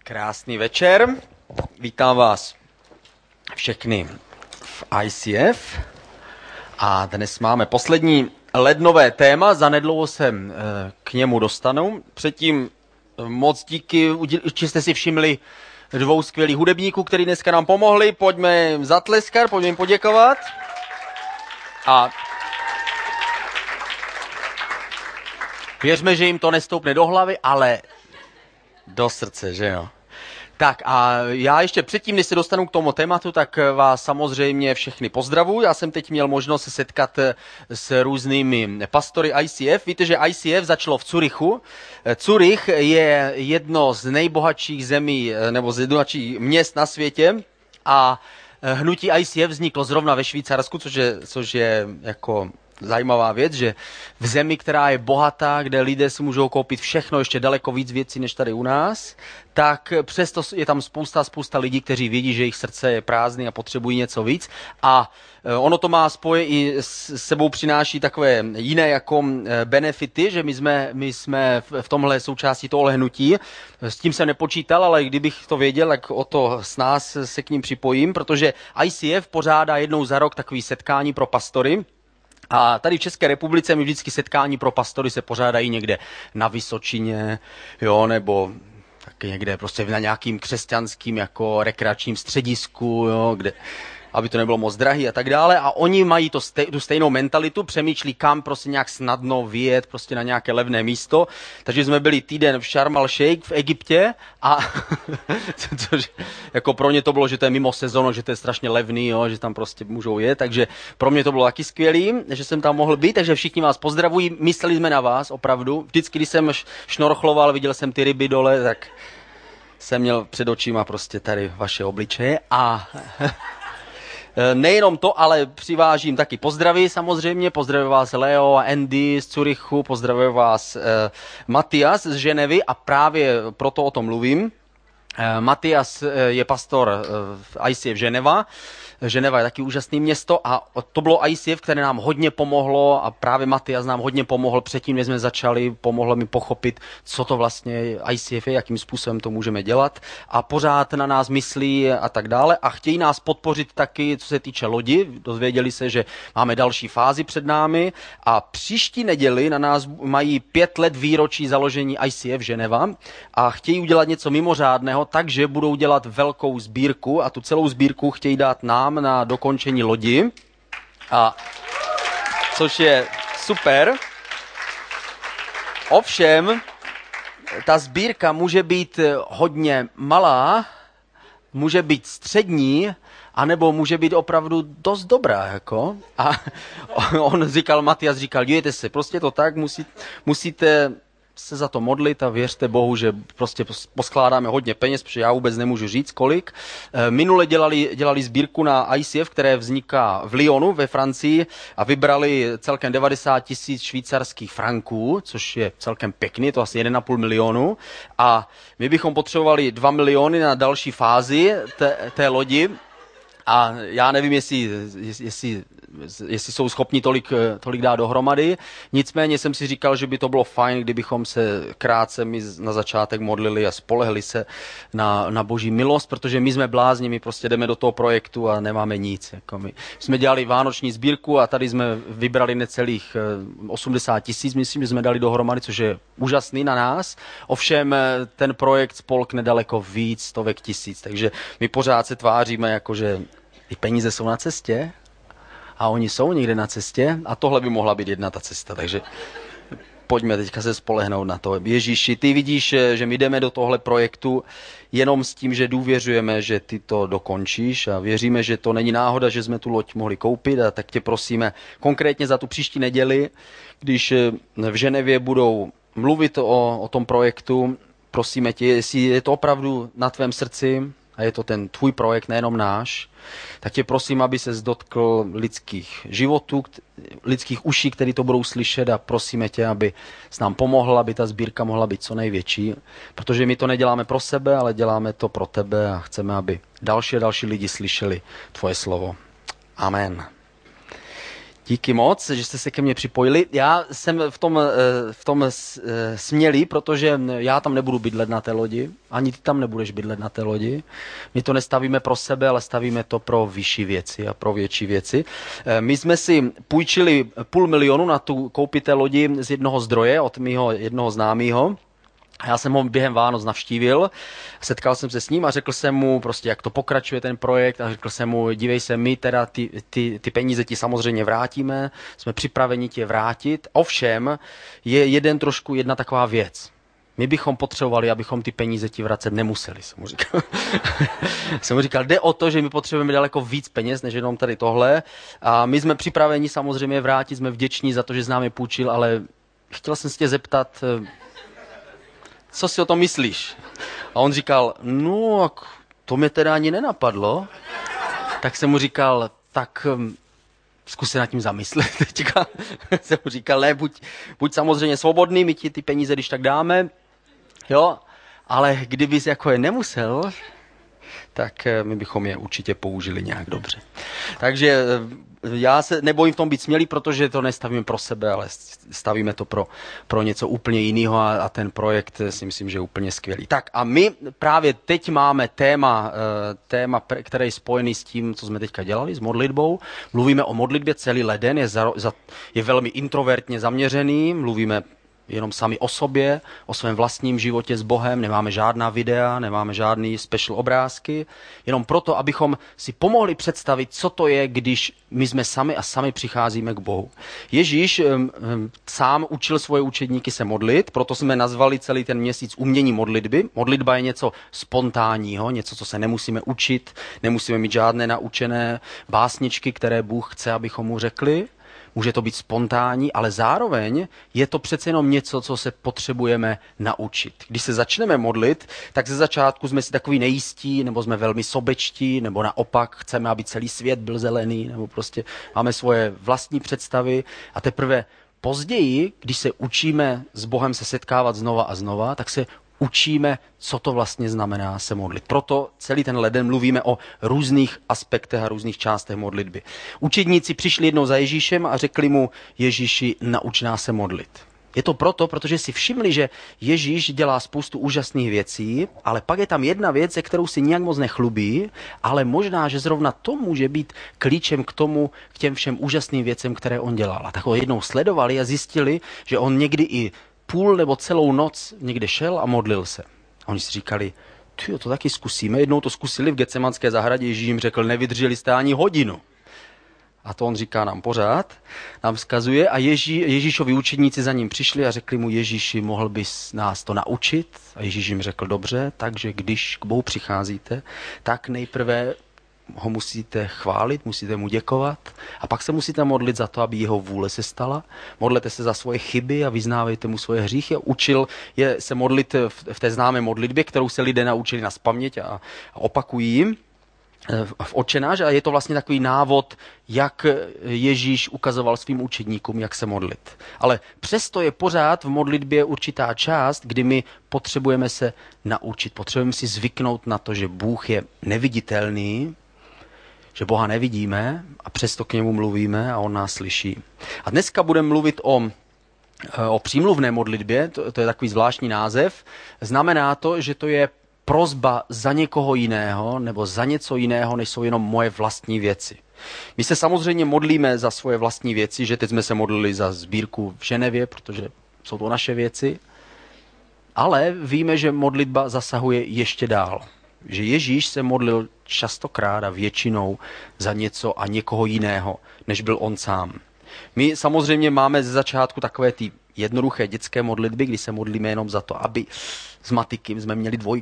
Krásný večer, vítám vás všechny v ICF a dnes máme poslední lednové téma, zanedlouho se k němu dostanu. Předtím moc díky, určitě jste si všimli dvou skvělých hudebníků, kteří dneska nám pomohli, pojďme jim zatleskat, pojďme jim poděkovat. A věřme, že jim to nestoupne do hlavy, ale do srdce, že jo. Tak a já ještě předtím, než se dostanu k tomu tématu, tak vás samozřejmě všechny pozdravuji. Já jsem teď měl možnost se setkat s různými pastory ICF. Víte, že ICF začalo v Curychu. Curych je jedno z nejbohatších zemí, nebo z nejbohatších měst na světě a hnutí ICF vzniklo zrovna ve Švýcarsku, což je jako zajímavá věc, že v zemi, která je bohatá, kde lidé si můžou koupit všechno, ještě daleko víc věcí než tady u nás, tak přesto je tam spousta lidí, kteří vědí, že jejich srdce je prázdné a potřebují něco víc. A ono to má spoje i s sebou přináší takové jiné jako benefity, že my jsme v tomhle součástí tohle hnutí. S tím jsem nepočítal, ale kdybych to věděl, tak o to s nás se k ním připojím, protože ICF pořádá jednou za rok takový setkání pro pastory. A tady v České republice my vždycky setkání pro pastory se pořádají někde na Vysočině, jo, nebo taky někde prostě na nějakým křesťanským jako rekreačním středisku, jo, kde, aby to nebylo moc drahý a tak dále. A oni mají tu stejnou mentalitu, přemýšlí, kam prostě nějak snadno vyjet prostě na nějaké levné místo. Takže jsme byli týden v Sharm el-Sheikh v Egyptě a což, jako pro ně to bylo, že to je mimo sezónu, že to je strašně levný, jo, že tam prostě můžou jet. Takže pro mě to bylo taky skvělý, že jsem tam mohl být, takže všichni vás pozdravují. Mysleli jsme na vás, opravdu. Vždycky, když jsem šnorchloval, viděl jsem ty ryby dole, tak jsem měl před očima prostě tady vaše obličeje a nejenom to, ale přivážím taky pozdravy samozřejmě. Pozdravuje vás Leo a Andy z Curychu, pozdravuje vás Matias z Ženevy a právě proto o tom mluvím. Matias je pastor v ICF Ženeva. Ženeva je taky úžasné město a to bylo ICF, které nám hodně pomohlo a právě Matias nám hodně pomohl předtím, než jsme začali, pomohlo mi pochopit, co to vlastně ICF je, jakým způsobem to můžeme dělat a pořád na nás myslí a tak dále a chtějí nás podpořit taky, co se týče lodi. Dozvěděli se, že máme další fázi před námi a příští neděli na nás mají 5 let výročí založení ICF Ženeva a chtějí udělat něco mimořádného, takže budou dělat velkou sbírku a tu celou sbírku chtějí dát nám na dokončení lodi, a což je super. Ovšem, ta sbírka může být hodně malá, může být střední, anebo může být opravdu dost dobrá. Jako. A on říkal, Matias říkal, dívejte se, prostě to tak, musíte se za to modlit a věřte Bohu, že prostě poskládáme hodně peněz, protože já vůbec nemůžu říct kolik. Minule dělali sbírku na ICF, které vzniká v Lyonu ve Francii a vybrali celkem 90 000 švýcarských franků, což je celkem pěkný, to asi 1,5 milionu. A my bychom potřebovali 2 miliony na další fázi té lodi. A já nevím, jestli jsou schopni tolik dát dohromady. Nicméně jsem si říkal, že by to bylo fajn, kdybychom se krátce my na začátek modlili a spolehli se na Boží milost, protože my jsme blázni, my prostě jdeme do toho projektu a nemáme nic. Jako my jsme dělali vánoční sbírku a tady jsme vybrali necelých 80 000, myslím, že jsme dali dohromady, což je úžasný na nás. Ovšem ten projekt spolkne daleko víc, stovek tisíc, takže my pořád se tváříme, jakože ty peníze jsou na cestě a oni jsou někde na cestě a tohle by mohla být jedna ta cesta, takže pojďme teďka se spolehnout na to. Ježíši, ty vidíš, že my jdeme do tohle projektu jenom s tím, že důvěřujeme, že ty to dokončíš a věříme, že to není náhoda, že jsme tu loď mohli koupit a tak tě prosíme konkrétně za tu příští neděli, když v Ženevě budou mluvit o tom projektu, prosíme tě, jestli je to opravdu na tvém srdci, a je to ten tvůj projekt, nejenom náš, tak tě prosím, aby ses dotkl lidských životů, lidských uší, který to budou slyšet a prosíme tě, aby s nám pomohl, aby ta sbírka mohla být co největší, protože my to neděláme pro sebe, ale děláme to pro tebe a chceme, aby další a další lidi slyšeli tvoje slovo. Amen. Díky moc, že jste se ke mně připojili. Já jsem v tom smělý, protože já tam nebudu bydlet na té lodi, ani ty tam nebudeš bydlet na té lodi. My to nestavíme pro sebe, ale stavíme to pro vyšší věci a pro větší věci. My jsme si půjčili 500 000 na tu koupi té lodi z jednoho zdroje od mého jednoho známého. Já jsem ho během Vánoc navštívil, setkal jsem se s ním a řekl jsem mu prostě, jak to pokračuje ten projekt a řekl jsem mu, dívej se, my teda ty peníze ti samozřejmě vrátíme, jsme připraveni ti je vrátit, ovšem je jedna taková věc. My bychom potřebovali, abychom ty peníze ti vracet nemuseli, jsem mu říkal. Jsem mu říkal, jde o to, že my potřebujeme daleko víc peněz, než jenom tady tohle a my jsme připraveni samozřejmě vrátit, jsme vděční za to, že nám je půjčil, ale chtěl jsem se tě zeptat, co si o tom myslíš? A on říkal, no, to mě teda ani nenapadlo. Tak jsem mu říkal, tak zkus se nad tím zamyslet. Teďka jsem mu říkal, ne, buď samozřejmě svobodný, my ti ty peníze když tak dáme, jo, ale kdybys jako je nemusel, tak my bychom je určitě použili nějak dobře. Takže já se nebojím v tom být smělý, protože to nestavíme pro sebe, ale stavíme to pro něco úplně jiného a ten projekt si myslím, že je úplně skvělý. Tak a my právě teď máme téma, které je spojený s tím, co jsme teďka dělali, s modlitbou. Mluvíme o modlitbě celý leden, je velmi introvertně zaměřený, mluvíme jenom sami o sobě, o svém vlastním životě s Bohem, nemáme žádná videa, nemáme žádný special obrázky, jenom proto, abychom si pomohli představit, co to je, když my jsme sami a sami přicházíme k Bohu. Ježíš sám učil svoje učedníky se modlit, proto jsme nazvali celý ten měsíc umění modlitby. Modlitba je něco spontánního, něco, co se nemusíme učit, nemusíme mít žádné naučené básničky, které Bůh chce, abychom mu řekli. Může to být spontánní, ale zároveň je to přece jenom něco, co se potřebujeme naučit. Když se začneme modlit, tak ze začátku jsme si takový nejistí, nebo jsme velmi sobečtí, nebo naopak chceme, aby celý svět byl zelený, nebo prostě máme svoje vlastní představy a teprve později, když se učíme s Bohem se setkávat znova a znova, tak se učíme, co to vlastně znamená se modlit. Proto celý ten leden mluvíme o různých aspektech a různých částech modlitby. Učedníci přišli jednou za Ježíšem a řekli mu, Ježíši, nauč nás se modlit. Je to proto, protože si všimli, že Ježíš dělá spoustu úžasných věcí, ale pak je tam jedna věc, se kterou si nijak moc nechlubí, ale možná, že zrovna to může být klíčem k těm všem úžasným věcem, které on dělal. A tak ho jednou sledovali a zjistili, že on někdy i půl nebo celou noc někde šel a modlil se. A oni si říkali, to taky zkusíme. Jednou to zkusili v Getsemanské zahradě, Ježíš jim řekl, nevydrželi jste ani hodinu. A to on říká nám pořád, nám vzkazuje a Ježíšovi učedníci za ním přišli a řekli mu, Ježíši, mohl bys nás to naučit? A Ježíš jim řekl, dobře, takže když k Bohu přicházíte, tak nejprve ho musíte chválit, musíte mu děkovat a pak se musíte modlit za to, aby jeho vůle se stala. Modlete se za svoje chyby a vyznávejte mu svoje hříchy. Učil je se modlit v té známé modlitbě, kterou se lidé naučili nazpaměť a opakují jim v Otčenáš a je to vlastně takový návod, jak Ježíš ukazoval svým učedníkům, jak se modlit. Ale přesto je pořád v modlitbě určitá část, kdy my potřebujeme se naučit, potřebujeme si zvyknout na to, že Bůh je neviditelný, že Boha nevidíme a přesto k němu mluvíme a on nás slyší. A dneska budeme mluvit o přímluvné modlitbě, to je takový zvláštní název. Znamená to, že to je prosba za někoho jiného nebo za něco jiného, než jsou jenom moje vlastní věci. My se samozřejmě modlíme za svoje vlastní věci, že teď jsme se modlili za sbírku v Ženevě, protože jsou to naše věci, ale víme, že modlitba zasahuje ještě dál. Že Ježíš se modlil častokrát a většinou za něco a někoho jiného, než byl on sám. My samozřejmě máme ze začátku takové ty jednoduché dětské modlitby, kdy se modlíme jenom za to, aby s matiky jsme měli 2,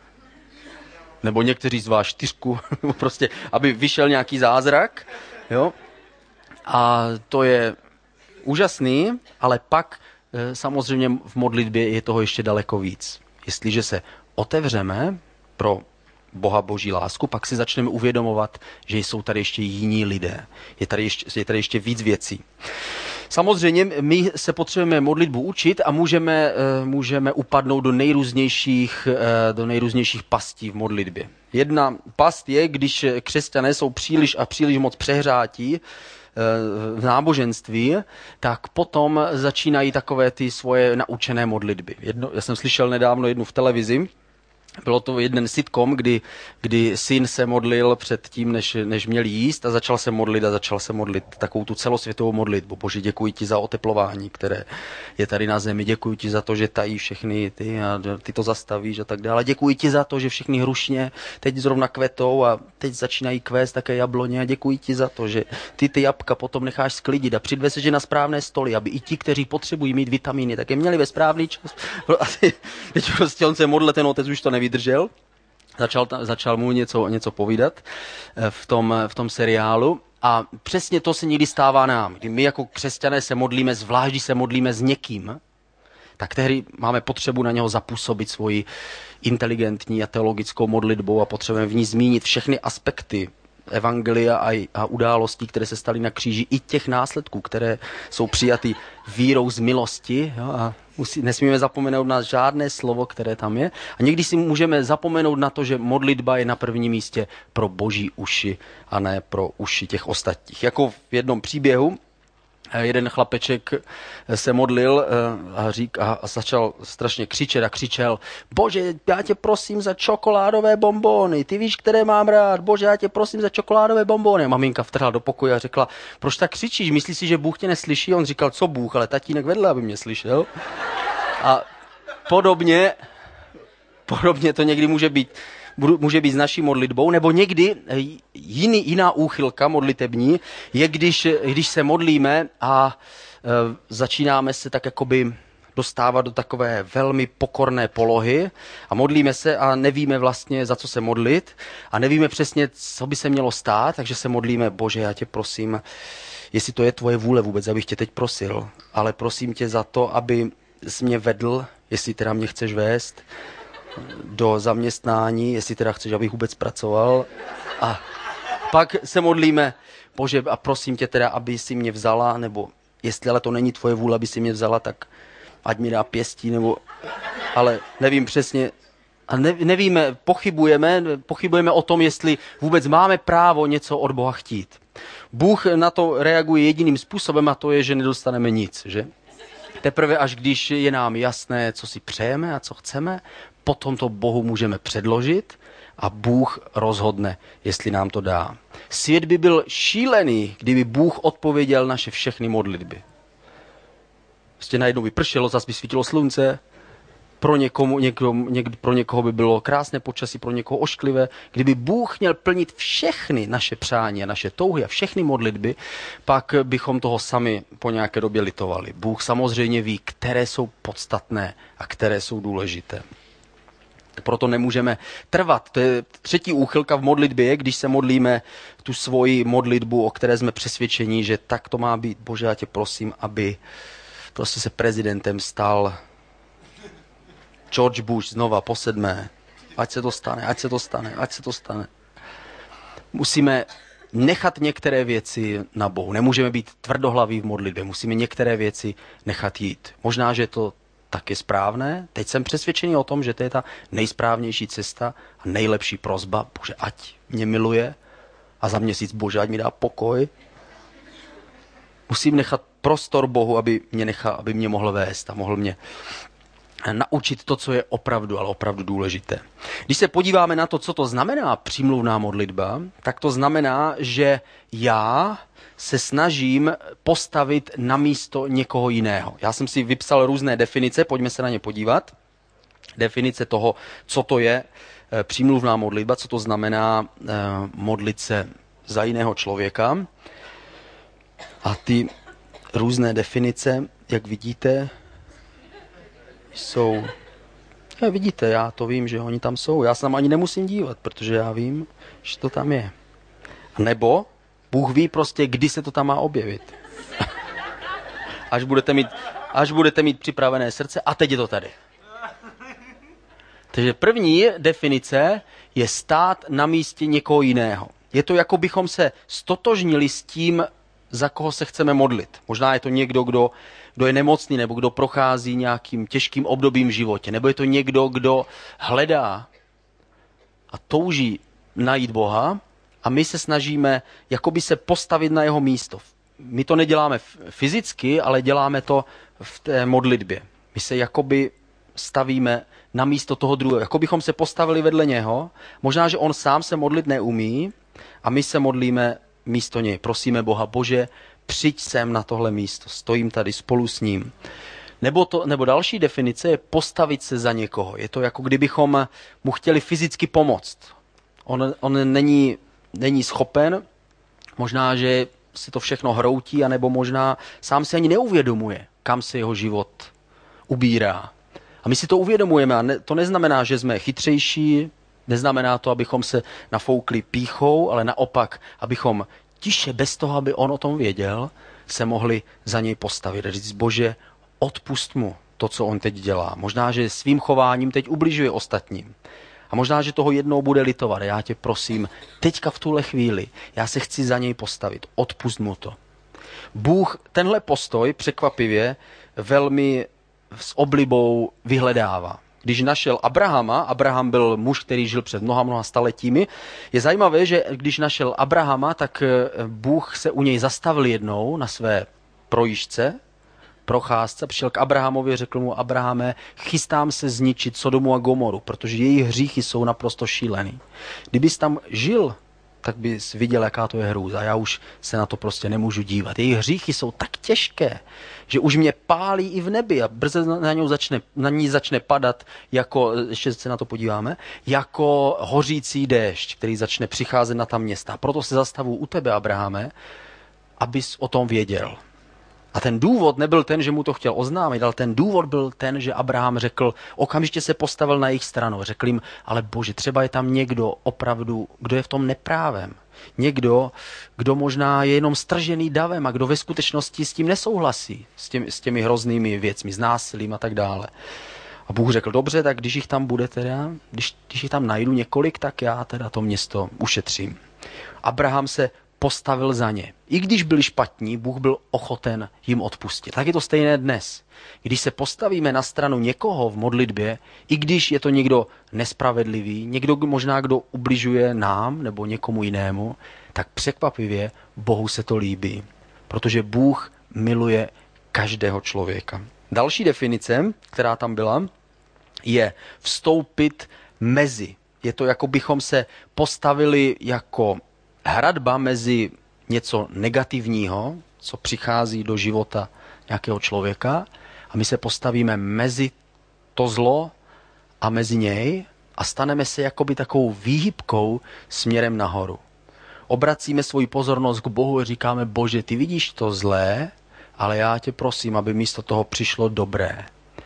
nebo někteří z vás 4, prostě, aby vyšel nějaký zázrak. Jo? A to je úžasný, ale pak samozřejmě v modlitbě je toho ještě daleko víc. Jestliže se otevřeme pro Boha boží lásku, pak si začneme uvědomovat, že jsou tady ještě jiní lidé. Je tady ještě víc věcí. Samozřejmě my se potřebujeme modlitbu učit a můžeme upadnout do nejrůznějších pastí v modlitbě. Jedna past je, když křesťané jsou příliš moc přehřátí v náboženství, tak potom začínají takové ty svoje naučené modlitby. Já jsem slyšel nedávno jednu v televizi. Bylo to jeden sitcom, kdy syn se modlil před tím, než měl jíst a začal se modlit takovou tu celosvětovou modlitbu. Bože, děkuji ti za oteplování, které je tady na zemi. Děkuji ti za to, že tají všechny ty to zastavíš a tak dále. Děkuji ti za to, že všechny hrušně teď zrovna kvetou a teď začínají kvést také jabloně. A děkuji ti za to, že ty jabka potom necháš sklidit a přidveseš je na správné stoly, aby i ti, kteří potřebují mít vitamíny, tak je měli ve správný čas. Teď prostě on se modlil, ten otec už to nevydržel, začal mu něco povídat v tom seriálu a přesně to se někdy stává nám. Kdy my jako křesťané se modlíme, zvlášť když se modlíme s někým, tak tehdy máme potřebu na něho zapůsobit svoji inteligentní a teologickou modlitbou a potřebujeme v ní zmínit všechny aspekty evangelia a událostí, které se staly na kříži, i těch následků, které jsou přijaty vírou z milosti. Jo, a nesmíme zapomenout na žádné slovo, které tam je. A někdy si můžeme zapomenout na to, že modlitba je na prvním místě pro boží uši a ne pro uši těch ostatních. Jako v jednom příběhu, jeden chlapeček se modlil a začal strašně křičet a křičel: Bože, já tě prosím za čokoládové bonbóny, ty víš, které mám rád, Bože, já tě prosím za čokoládové bonbóny. A maminka vtrhla do pokoje a řekla: proč tak křičíš, myslíš si, že Bůh tě neslyší? On říkal: co Bůh, ale tatínek vedle, aby mě slyšel. A podobně to někdy může být s naší modlitbou, nebo někdy jiná úchylka modlitební je, když se modlíme a začínáme se tak jakoby dostávat do takové velmi pokorné polohy a modlíme se a nevíme vlastně, za co se modlit a nevíme přesně, co by se mělo stát, takže se modlíme: Bože, já tě prosím, jestli to je tvoje vůle vůbec, abych tě teď prosil, ale prosím tě za to, aby jsi mě vedl, jestli teda mě chceš vést do zaměstnání, jestli teda chceš, abych vůbec pracoval. A pak se modlíme: Bože, a prosím tě teda, aby si mě vzala, nebo jestli ale to není tvoje vůle, aby si mě vzala, tak ať mi dá pěstí, nebo... Ale nevím přesně. A nevíme, pochybujeme o tom, jestli vůbec máme právo něco od Boha chtít. Bůh na to reaguje jediným způsobem a to je, že nedostaneme nic, že? Teprve až když je nám jasné, co si přejeme a co chceme, potom to Bohu můžeme předložit a Bůh rozhodne, jestli nám to dá. Svět by byl šílený, kdyby Bůh odpověděl naše všechny modlitby. Prostě najednou by pršelo, zase by svítilo slunce, pro někoho by bylo krásné počasí, pro někoho ošklivé. Kdyby Bůh měl plnit všechny naše přání a naše touhy a všechny modlitby, pak bychom toho sami po nějaké době litovali. Bůh samozřejmě ví, které jsou podstatné a které jsou důležité. Proto nemůžeme trvat. To je třetí úchylka v modlitbě, když se modlíme tu svoji modlitbu, o které jsme přesvědčeni, že tak to má být. Bože, já tě prosím, aby prostě se prezidentem stal George Bush znova po 7. Ať se to stane. Musíme nechat některé věci na Bohu. Nemůžeme být tvrdohlaví v modlitbě. Musíme některé věci nechat jít. Možná, že to tak je správné. Teď jsem přesvědčený o tom, že to je ta nejsprávnější cesta a nejlepší prosba. Bože, ať mě miluje a za měsíc, Bože, ať mi dá pokoj. Musím nechat prostor Bohu, aby mě mohl vést a mohl mě naučit to, co je opravdu, ale opravdu důležité. Když se podíváme na to, co to znamená přímluvná modlitba, tak to znamená, že já se snažím postavit na místo někoho jiného. Já jsem si vypsal různé definice, pojďme se na ně podívat. Definice toho, co to je přímluvná modlitba, co to znamená modlit se za jiného člověka. A ty různé definice, jak vidíte, jsou... vidíte, já to vím, že oni tam jsou. Já se tam ani nemusím dívat, protože já vím, že to tam je. Nebo Bůh ví prostě, kdy se to tam má objevit. Až budete mít připravené srdce a teď je to tady. Takže první definice je stát na místě někoho jiného. Je to, jako bychom se stotožnili s tím, za koho se chceme modlit. Možná je to někdo, kdo je nemocný, nebo kdo prochází nějakým těžkým obdobím v životě. Nebo je to někdo, kdo hledá a touží najít Boha a my se snažíme jakoby se postavit na jeho místo. my to neděláme fyzicky, ale děláme to v té modlitbě. My se jakoby stavíme na místo toho druhého, jako bychom se postavili vedle něho. Možná, že on sám se modlit neumí a my se modlíme místo něj. Prosíme Boha, Bože, přijď sem na tohle místo, stojím tady spolu s ním. Nebo další definice je postavit se za někoho. Je to jako kdybychom mu chtěli fyzicky pomoct. On není schopen, možná, že si to všechno hroutí, anebo možná sám si ani neuvědomuje, kam se jeho život ubírá. A my si to uvědomujeme a to neznamená, že jsme chytřejší, neznamená to, abychom se nafoukli pýchou, ale naopak, abychom tiše, bez toho, aby on o tom věděl, se mohli za něj postavit a říct, Bože, odpust mu to, co on teď dělá. Možná, že svým chováním teď ubližuje ostatním. A možná, že toho jednou bude litovat. Já tě prosím, teďka v tuhle chvíli, já se chci za něj postavit. Odpust mu to. Bůh tenhle postoj překvapivě velmi s oblibou vyhledává. Když našel Abrahama, Abraham byl muž, který žil před mnoha staletími, je zajímavé, že když našel Abrahama, tak Bůh se u něj zastavil jednou na své procházce, přišel k Abrahamovi a řekl mu, Abrahame, chystám se zničit Sodomu a Gomoru, protože jejich hříchy jsou naprosto šílený. Kdybys tam žil, tak bys viděl, jaká to je hrůza. Já už se na to prostě nemůžu dívat. Jejich hříchy jsou tak těžké, že už mě pálí i v nebi a brzy na ní začne padat, jako, ještě se na to podíváme, jako hořící déšť, který začne přicházet na ta města. Proto se zastavu u tebe, Abrahame, abys o tom věděl. A ten důvod nebyl ten, že mu to chtěl oznámit, ale ten důvod byl ten, že Abraham řekl, okamžitě se postavil na jejich stranu. Řekl jim, ale Bože, třeba je tam někdo opravdu, kdo je v tom neprávem. Někdo, kdo možná je jenom stržený davem a kdo ve skutečnosti s tím nesouhlasí, s těmi hroznými věcmi, s násilím a tak dále. A Bůh řekl, dobře, tak když jich tam bude teda, když jich tam najdu několik, tak já teda to město ušetřím. Abraham se postavil za ně. I když byli špatní, Bůh byl ochoten jim odpustit. Tak je to stejné dnes. Když se postavíme na stranu někoho v modlitbě, i když je to někdo nespravedlivý, někdo možná, kdo ubližuje nám nebo někomu jinému, tak překvapivě Bohu se to líbí. Protože Bůh miluje každého člověka. Další definice, která tam byla, je vstoupit mezi. Je to, jako bychom se postavili jako hradba mezi něco negativního, co přichází do života nějakého člověka a my se postavíme mezi to zlo a mezi něj a staneme se jakoby takovou výhybkou směrem nahoru. Obracíme svoji pozornost k Bohu a říkáme, Bože, ty vidíš to zlé, ale já tě prosím, aby místo toho přišlo dobré.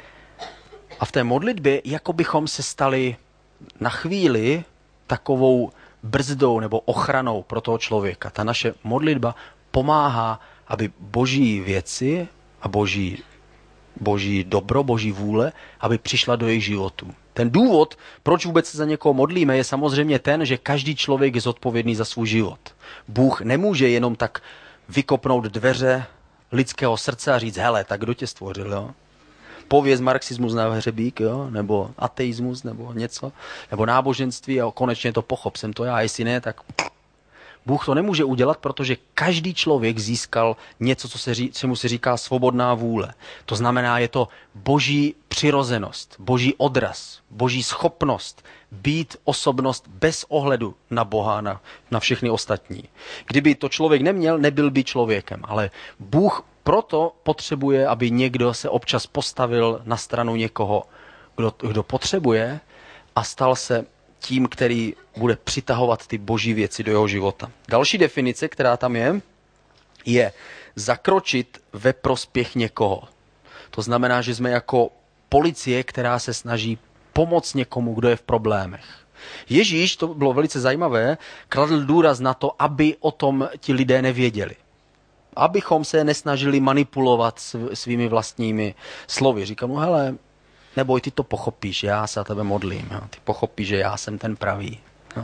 A v té modlitbě, jako bychom se stali na chvíli takovou brzdou nebo ochranou pro toho člověka. Ta naše modlitba pomáhá, aby boží věci a boží dobro, boží vůle, aby přišla do jejich životů. Ten důvod, proč vůbec se za někoho modlíme, je samozřejmě ten, že každý člověk je zodpovědný za svůj život. Bůh nemůže jenom tak vykopnout dveře lidského srdce a říct, hele, tak kdo tě stvořil, jo? Pověz marxismus na hřebík, jo? Nebo ateismus, nebo něco, nebo náboženství a konečně to pochop, jsem to já, jestli ne, tak Bůh to nemůže udělat, protože každý člověk získal něco, čemu se říká svobodná vůle. To znamená, je to boží přirozenost, boží odraz, boží schopnost být osobnost bez ohledu na Boha, na všechny ostatní. Kdyby to člověk neměl, nebyl by člověkem, ale Bůh proto potřebuje, aby někdo se občas postavil na stranu někoho, kdo potřebuje a stal se tím, který bude přitahovat ty boží věci do jeho života. Další definice, která tam je zakročit ve prospěch někoho. To znamená, že jsme jako policie, která se snaží pomoct někomu, kdo je v problémech. Ježíš, to bylo velice zajímavé, kladl důraz na to, aby o tom ti lidé nevěděli. Abychom se nesnažili manipulovat svými vlastními slovy. Říkal mu, hele, neboj, ty to pochopíš, já se za tebe modlím. Jo. Ty pochopíš, že já jsem ten pravý. Jo.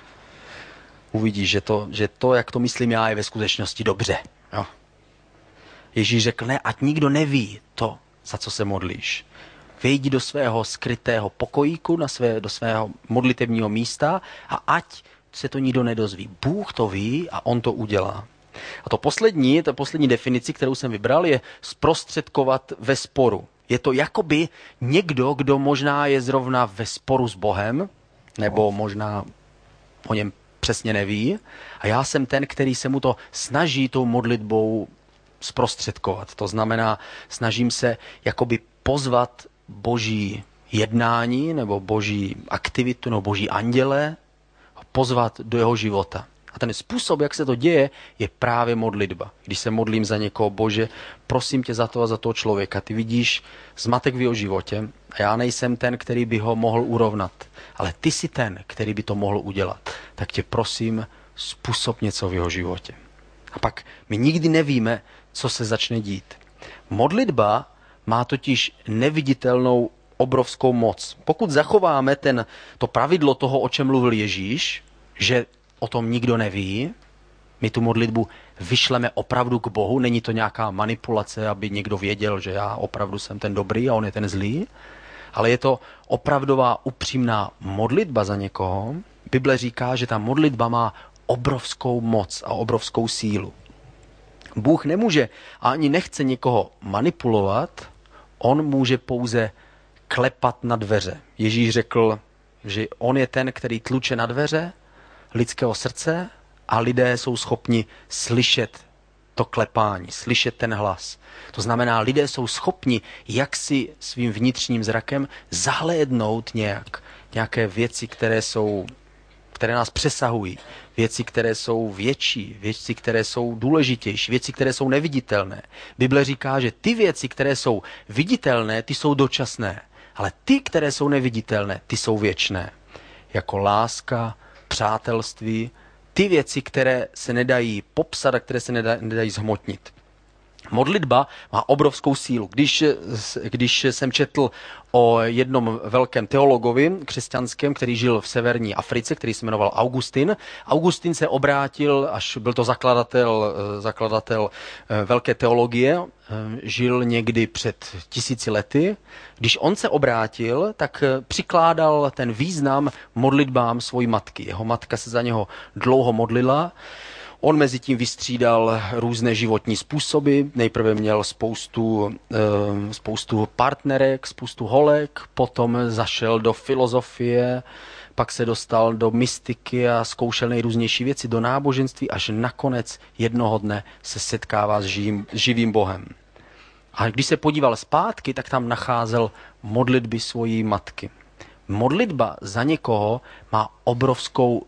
Uvidíš, že to, jak to myslím já, je ve skutečnosti dobře. Jo. Ježíš řekl, ne, ať nikdo neví to, za co se modlíš. Vejdi do svého skrytého pokojíku, do svého modlitebního místa a ať se to nikdo nedozví. Bůh to ví a on to udělá. A to poslední definici, kterou jsem vybral, je zprostředkovat ve sporu. Je to jakoby někdo, kdo možná je zrovna ve sporu s Bohem, nebo možná o něm přesně neví. A já jsem ten, který se mu to snaží tou modlitbou zprostředkovat. To znamená, snažím se jakoby pozvat boží jednání, nebo boží aktivitu, nebo boží anděle, pozvat do jeho života. A ten způsob, jak se to děje, je právě modlitba. Když se modlím za někoho, Bože, prosím tě za to a za toho člověka. Ty vidíš zmatek v jeho životě a já nejsem ten, který by ho mohl urovnat. Ale ty jsi ten, který by to mohl udělat. Tak tě prosím, způsob něco v jeho životě. A pak my nikdy nevíme, co se začne dít. Modlitba má totiž neviditelnou obrovskou moc. Pokud zachováme to pravidlo toho, o čem mluvil Ježíš, že o tom nikdo neví, my tu modlitbu vyšleme opravdu k Bohu, není to nějaká manipulace, aby někdo věděl, že já opravdu jsem ten dobrý a on je ten zlý, ale je to opravdová upřímná modlitba za někoho. Bible říká, že ta modlitba má obrovskou moc a obrovskou sílu. Bůh nemůže a ani nechce někoho manipulovat, on může pouze klepat na dveře. Ježíš řekl, že on je ten, který tluče na dveře lidského srdce a lidé jsou schopni slyšet to klepání, slyšet ten hlas. To znamená, lidé jsou schopni jak si svým vnitřním zrakem zahlédnout nějaké věci, které nás přesahují, věci, které jsou větší, věci, které jsou důležitější, věci, které jsou neviditelné. Bible říká, že ty věci, které jsou viditelné, ty jsou dočasné, ale ty, které jsou neviditelné, ty jsou věčné. Jako láska, přátelství, ty věci, které se nedají popsat a které se nedají zhmotnit. Modlitba má obrovskou sílu. Když jsem četl o jednom velkém teologovi křesťanském, který žil v severní Africe, který se jmenoval Augustin. Augustin se obrátil, až byl to zakladatel velké teologie, žil někdy před 1000 lety. Když on se obrátil, tak přikládal ten význam modlitbám svojí matky. Jeho matka se za něho dlouho modlila. On mezi tím vystřídal různé životní způsoby. Nejprve měl spoustu partnerek, spoustu holek, potom zašel do filozofie, pak se dostal do mystiky a zkoušel nejrůznější věci, do náboženství, až nakonec jednoho dne se setkává s živým Bohem. A když se podíval zpátky, tak tam nacházel modlitby svojí matky. Modlitba za někoho má obrovskou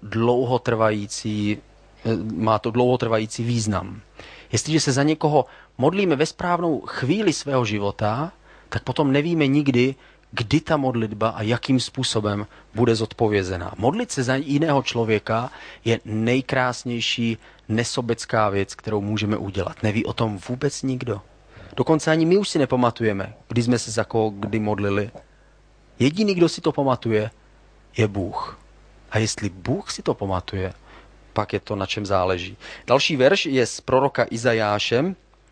dlouhotrvající význam. Jestliže se za někoho modlíme ve správnou chvíli svého života, tak potom nevíme nikdy, kdy ta modlitba a jakým způsobem bude zodpovězená. Modlit se za jiného člověka je nejkrásnější nesobecká věc, kterou můžeme udělat. Neví o tom vůbec nikdo. Dokonce ani my už si nepamatujeme, kdy jsme se za koho kdy modlili. Jediný, kdo si to pamatuje, je Bůh. A jestli Bůh si to pamatuje, pak je to, na čem záleží. Další verš je z proroka Izajáše,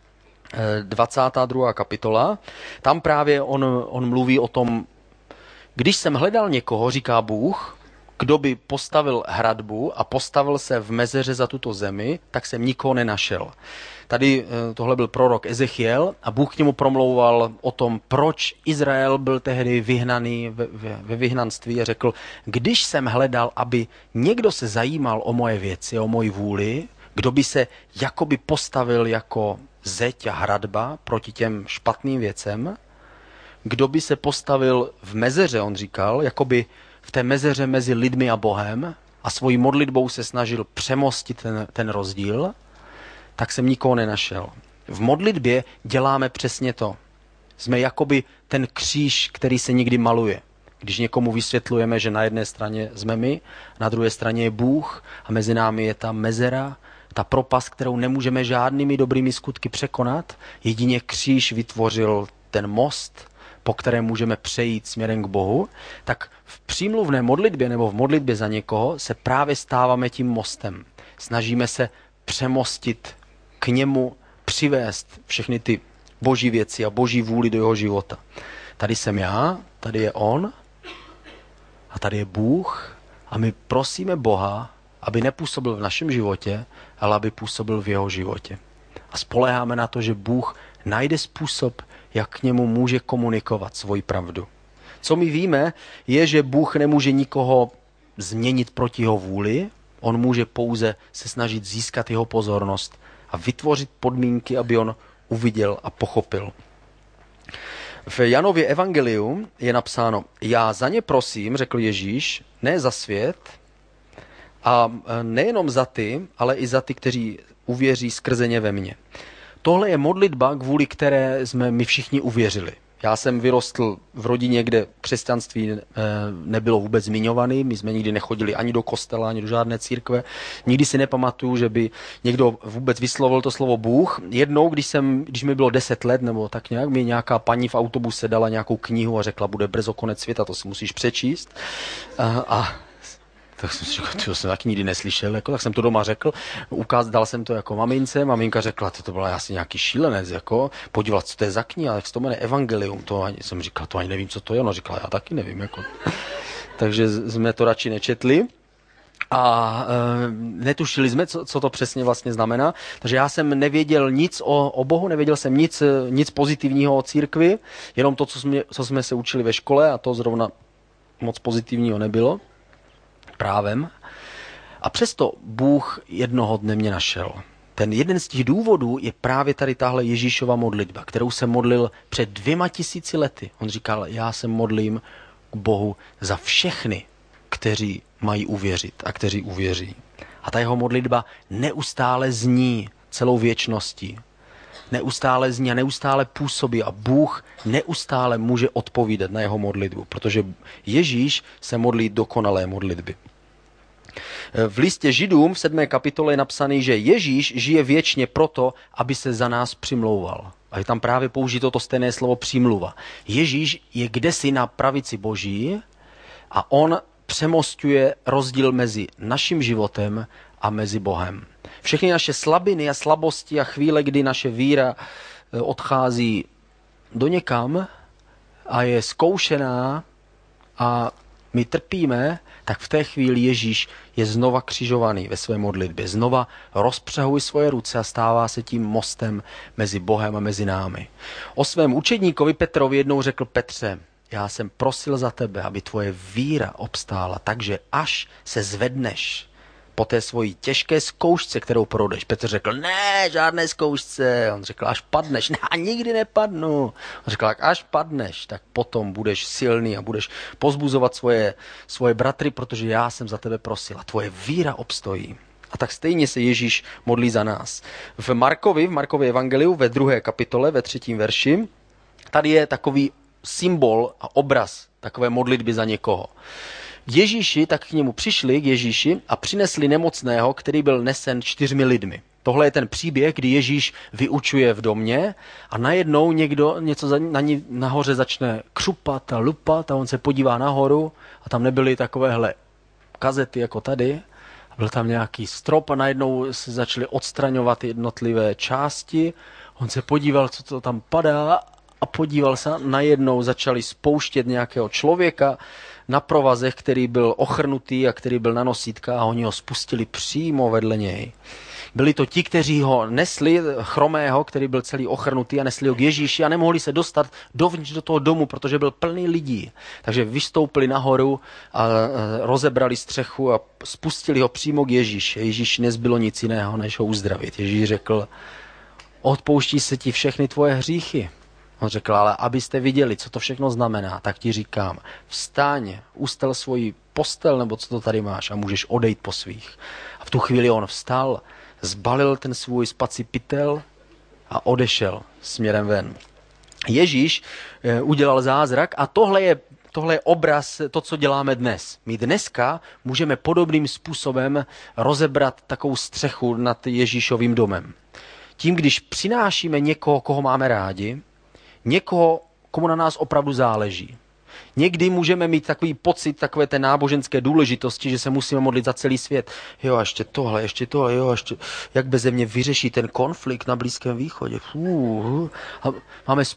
22. kapitola. Tam právě on mluví o tom, když jsem hledal někoho, říká Bůh, kdo by postavil hradbu a postavil se v mezeře za tuto zemi, tak jsem nikoho nenašel. Tady tohle byl prorok Ezechiel a Bůh k němu promlouval o tom, proč Izrael byl tehdy vyhnaný ve vyhnanství a řekl, když jsem hledal, aby někdo se zajímal o moje věci, o moji vůli, kdo by se jakoby postavil jako zeď a hradba proti těm špatným věcem, kdo by se postavil v mezeře, on říkal, jakoby v té mezeře mezi lidmi a Bohem a svojí modlitbou se snažil přemostit ten rozdíl, tak jsem nikoho nenašel. V modlitbě děláme přesně to. Jsme jakoby ten kříž, který se někdy maluje. Když někomu vysvětlujeme, že na jedné straně jsme my, na druhé straně je Bůh a mezi námi je ta mezera, ta propast, kterou nemůžeme žádnými dobrými skutky překonat, jedině kříž vytvořil ten most, po kterém můžeme přejít směrem k Bohu, tak v přímluvné modlitbě nebo v modlitbě za někoho se právě stáváme tím mostem. Snažíme se přemostit k němu, přivést všechny ty boží věci a boží vůli do jeho života. Tady jsem já, tady je on a tady je Bůh a my prosíme Boha, aby nepůsobil v našem životě, ale aby působil v jeho životě. A spoléháme na to, že Bůh najde způsob, jak k němu může komunikovat svoji pravdu. Co my víme, je, že Bůh nemůže nikoho změnit proti jeho vůli, on může pouze se snažit získat jeho pozornost a vytvořit podmínky, aby on uviděl a pochopil. V Janově evangeliu je napsáno: já za ně prosím, řekl Ježíš, ne za svět, a nejenom za ty, ale i za ty, kteří uvěří skrze ně ve mně. Tohle je modlitba, kvůli které jsme my všichni uvěřili. Já jsem vyrostl v rodině, kde křesťanství nebylo vůbec zmiňované. My jsme nikdy nechodili ani do kostela, ani do žádné církve. Nikdy si nepamatuju, že by někdo vůbec vyslovil to slovo Bůh. Jednou, když mi bylo 10 let, nebo tak nějak, mi nějaká paní v autobuse dala nějakou knihu a řekla, bude brzo konec světa, to si musíš přečíst. Tak jsem si říkal, to jsem taky nikdy neslyšel, tak jsem to doma řekl, dal jsem to jako mamince, maminka řekla, to byla asi nějaký šílenec, podívat, co to je za kniha, jak se to jmenuje Evangelium, jsem říkal, to ani nevím, co to je, ona říkala, já taky nevím, Takže jsme to radši nečetli a netušili jsme, co to přesně vlastně znamená, takže já jsem nevěděl nic o Bohu, nevěděl jsem nic pozitivního o církvi, jenom to, co jsme se učili ve škole, a to zrovna moc pozitivního nebylo. Právem. A přesto Bůh jednoho dne mě našel. Ten jeden z těch důvodů je právě tady tahle Ježíšova modlitba, kterou jsem modlil před 2000 lety. On říkal, já se modlím k Bohu za všechny, kteří mají uvěřit a kteří uvěří. A ta jeho modlitba neustále zní celou věčností. Neustále zní a neustále působí a Bůh neustále může odpovídat na jeho modlitbu, protože Ježíš se modlí dokonalé modlitby. V listě Židům v 7. kapitole je napsaný, že Ježíš žije věčně proto, aby se za nás přimlouval. A je tam právě použito to stejné slovo přímluva. Ježíš je kdesi na pravici Boží a on přemosťuje rozdíl mezi naším životem a mezi Bohem. Všechny naše slabiny a slabosti a chvíle, kdy naše víra odchází do někam a je zkoušená a my trpíme, tak v té chvíli Ježíš je znova křižovaný ve své modlitbě. Znova rozpřehuje svoje ruce a stává se tím mostem mezi Bohem a mezi námi. O svém učedníkovi Petrovi jednou řekl: Petře, já jsem prosil za tebe, aby tvoje víra obstála, takže až se zvedneš po té svojí těžké zkoušce, kterou projdeš. Petr řekl, ne, žádné zkoušce. On řekl, až padneš. Ne, nikdy nepadnu. On řekl, až padneš, tak potom budeš silný a budeš pozbuzovat svoje bratry, protože já jsem za tebe prosil a tvoje víra obstojí. A tak stejně se Ježíš modlí za nás. V Markově evangeliu ve 2. kapitole, ve 3. verši, tady je takový symbol a obraz takové modlitby za někoho. Ježíši tak k němu přišli, k Ježíši, a přinesli nemocného, který byl nesen 4 lidmi. Tohle je ten příběh, kdy Ježíš vyučuje v domě a najednou někdo něco nahoře začne křupat a lupat a on se podívá nahoru a tam nebyly takovéhle kazety jako tady. Byl tam nějaký strop a najednou se začaly odstraňovat jednotlivé části. On se podíval, co to tam padá, a podíval se, najednou začali spouštět nějakého člověka na provazech, který byl ochrnutý a který byl na nosítkách, a oni ho spustili přímo vedle něj. Byli to ti, kteří ho nesli, chromého, který byl celý ochrnutý, a nesli ho k Ježíši a nemohli se dostat dovnitř do toho domu, protože byl plný lidí. Takže vystoupili nahoru a rozebrali střechu a spustili ho přímo k Ježíši. Ježíši nezbylo nic jiného, než ho uzdravit. Ježíš řekl, odpouští se ti všechny tvoje hříchy. On řekl, ale abyste viděli, co to všechno znamená, tak ti říkám, vstaň, ustel svoji postel, nebo co to tady máš, a můžeš odejít po svých. A v tu chvíli on vstal, zbalil ten svůj spací pytel a odešel směrem ven. Ježíš udělal zázrak a tohle je obraz, to, co děláme dnes. My dneska můžeme podobným způsobem rozebrat takovou střechu nad Ježíšovým domem. Tím, když přinášíme někoho, koho máme rádi, někoho, komu na nás opravdu záleží. Někdy můžeme mít takový pocit takové té náboženské důležitosti, že se musíme modlit za celý svět. Jo, ještě tohle, jo, ještě jak beze mě vyřeší ten konflikt na Blízkém východě. A máme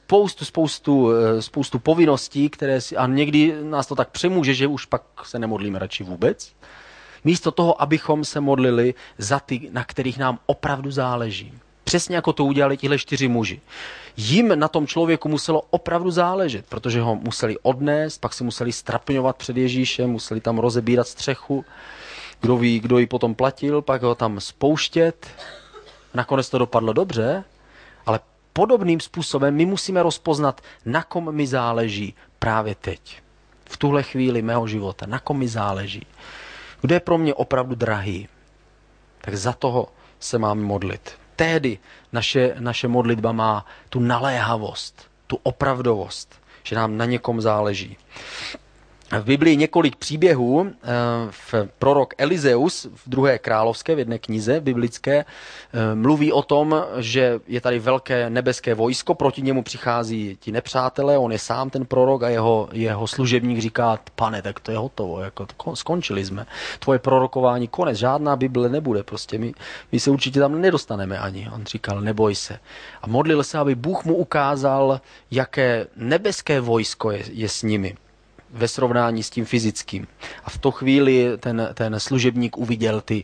spoustu povinností, a někdy nás to tak přemůže, že už pak se nemodlíme radši vůbec. Místo toho, abychom se modlili za ty, na kterých nám opravdu záleží. Přesně jako to udělali tihle 4 muži. Jim na tom člověku muselo opravdu záležet, protože ho museli odnést, pak si museli strapňovat před Ježíšem, museli tam rozebírat střechu, kdo ví, kdo ji potom platil, pak ho tam spouštět. Nakonec to dopadlo dobře, ale podobným způsobem my musíme rozpoznat, na kom mi záleží právě teď. V tuhle chvíli mého života, na kom mi záleží. Kdo je pro mě opravdu drahý, tak za toho se máme modlit. Tehdy naše modlitba má tu naléhavost, tu opravdovost, že nám na někom záleží. V Biblii několik příběhů, v prorok Elizeus v 2. královské, v jedné knize biblické, mluví o tom, že je tady velké nebeské vojsko, proti němu přichází ti nepřátelé, on je sám ten prorok a jeho služebník říká, pane, tak to je hotovo, jako skončili jsme, tvoje prorokování konec, žádná Bible nebude, prostě my se určitě tam nedostaneme ani. On říkal, neboj se. A modlil se, aby Bůh mu ukázal, jaké nebeské vojsko je s nimi ve srovnání s tím fyzickým. A v tu chvíli ten služebník uviděl ty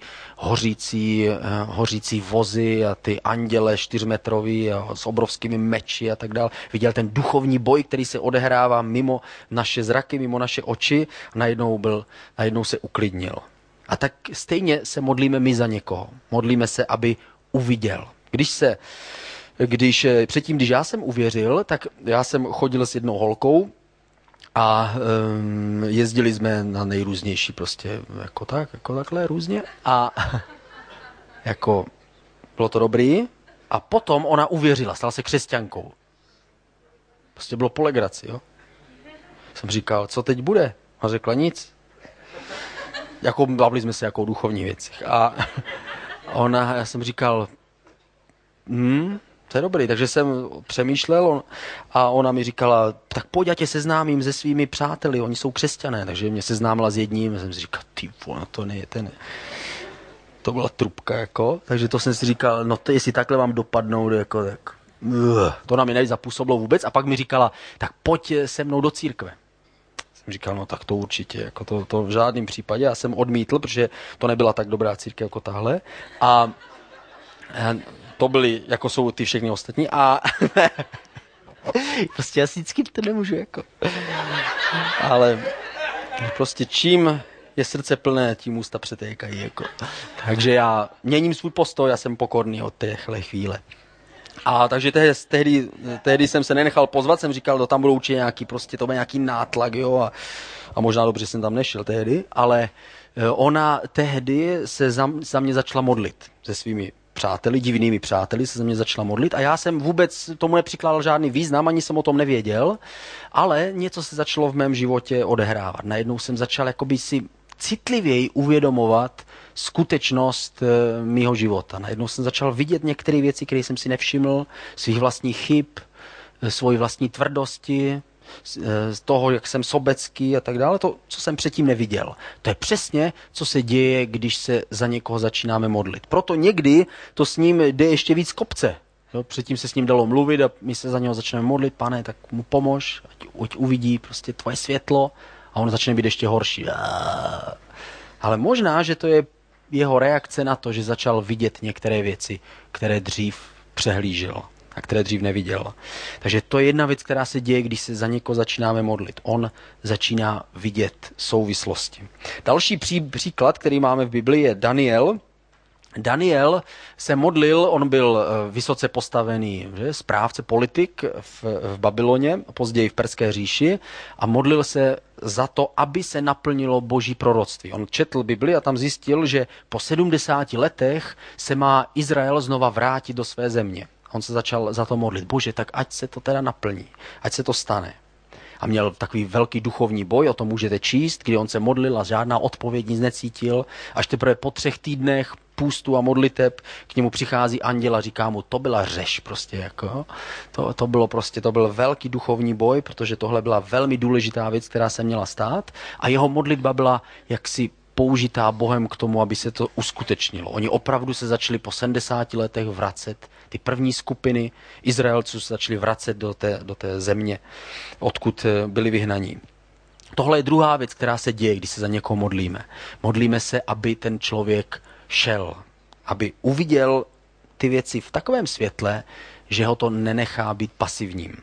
hořící vozy a ty anděle 4metrový a s obrovskými meči a tak dále. Viděl ten duchovní boj, který se odehrává mimo naše zraky, mimo naše oči a najednou se uklidnil. A tak stejně se modlíme my za někoho. Modlíme se, aby uviděl. Když já jsem uvěřil, tak já jsem chodil s jednou holkou, a jezdili jsme na nejrůznější prostě jako takhle různě a jako bylo to dobrý a potom ona uvěřila, stala se křesťankou. Prostě bylo po legraci, jo. Jsem říkal, co teď bude? A řekla nic. Jako bavili jsme se jako o duchovních věcech a já jsem říkal, to je dobrý, takže jsem přemýšlel a ona mi říkala, tak pojď, já tě seznámím se svými přáteli, oni jsou křesťané, takže mě seznámila s jedním, a jsem si říkal, ty vole, to byla trubka, jako, takže to jsem si říkal, no to jestli takhle vám dopadnou, jako, tak, to na mě nezapůsobilo vůbec a pak mi říkala, tak pojď se mnou do církve. Jsem říkal, no tak to určitě, jako to v žádném případě, já jsem odmítl, protože to nebyla tak dobrá církev jako tahle a to byly, jako jsou ty všechny ostatní a prostě já si vždycky to nemůžu, jako. Ale prostě čím je srdce plné, tím ústa přetékají, jako. Takže já měním svůj postoj, já jsem pokorný od téhle chvíle. A takže tehdy jsem se nenechal pozvat, jsem říkal, to tam budou určitě nějaký, prostě to bude nějaký nátlak, jo, a možná dobře jsem tam nešel tehdy, ale ona tehdy se za mě začala modlit se svými přáteli, divnými přáteli se za mě začala modlit a já jsem vůbec tomu nepřikládal žádný význam, ani jsem o tom nevěděl, ale něco se začalo v mém životě odehrávat. Najednou jsem začal jakoby si citlivěji uvědomovat skutečnost mýho života. Najednou jsem začal vidět některé věci, které jsem si nevšiml, svých vlastních chyb, svojí vlastní tvrdosti, z toho, jak jsem sobecký a tak dále, to, co jsem předtím neviděl. To je přesně, co se děje, když se za někoho začínáme modlit. Proto někdy to s ním jde ještě víc kopce. Jo, předtím se s ním dalo mluvit a my se za něho začneme modlit, pane, tak mu pomož, ať uvidí prostě tvoje světlo a on začne být ještě horší. Ale možná, že to je jeho reakce na to, že začal vidět některé věci, které dřív přehlížel a které dřív neviděl. Takže to je jedna věc, která se děje, když se za někoho začínáme modlit. On začíná vidět souvislosti. Další příklad, který máme v Biblii, je Daniel. Daniel se modlil, on byl vysoce postavený správce, politik v Babyloně, později v Perské říši a modlil se za to, aby se naplnilo boží proroctví. On četl Bibli a tam zjistil, že po 70 letech se má Izrael znova vrátit do své země. On se začal za to modlit. Bože, tak ať se to teda naplní, ať se to stane. A měl takový velký duchovní boj, o tom můžete číst, kdy on se modlil a žádná odpověď nic necítil. Až teprve po 3 týdnech půstu a modliteb k němu přichází anděl a říká mu, to byla řeš prostě, jako. To byl velký duchovní boj, protože tohle byla velmi důležitá věc, která se měla stát a jeho modlitba byla jaksi použitá Bohem k tomu, aby se to uskutečnilo. Oni opravdu se začali po 70 letech vracet. Ty první skupiny Izraelců se začaly vracet do té země, odkud byli vyhnaní. Tohle je druhá věc, která se děje, když se za někoho modlíme. Modlíme se, aby ten člověk šel, aby uviděl ty věci v takovém světle, že ho to nenechá být pasivním.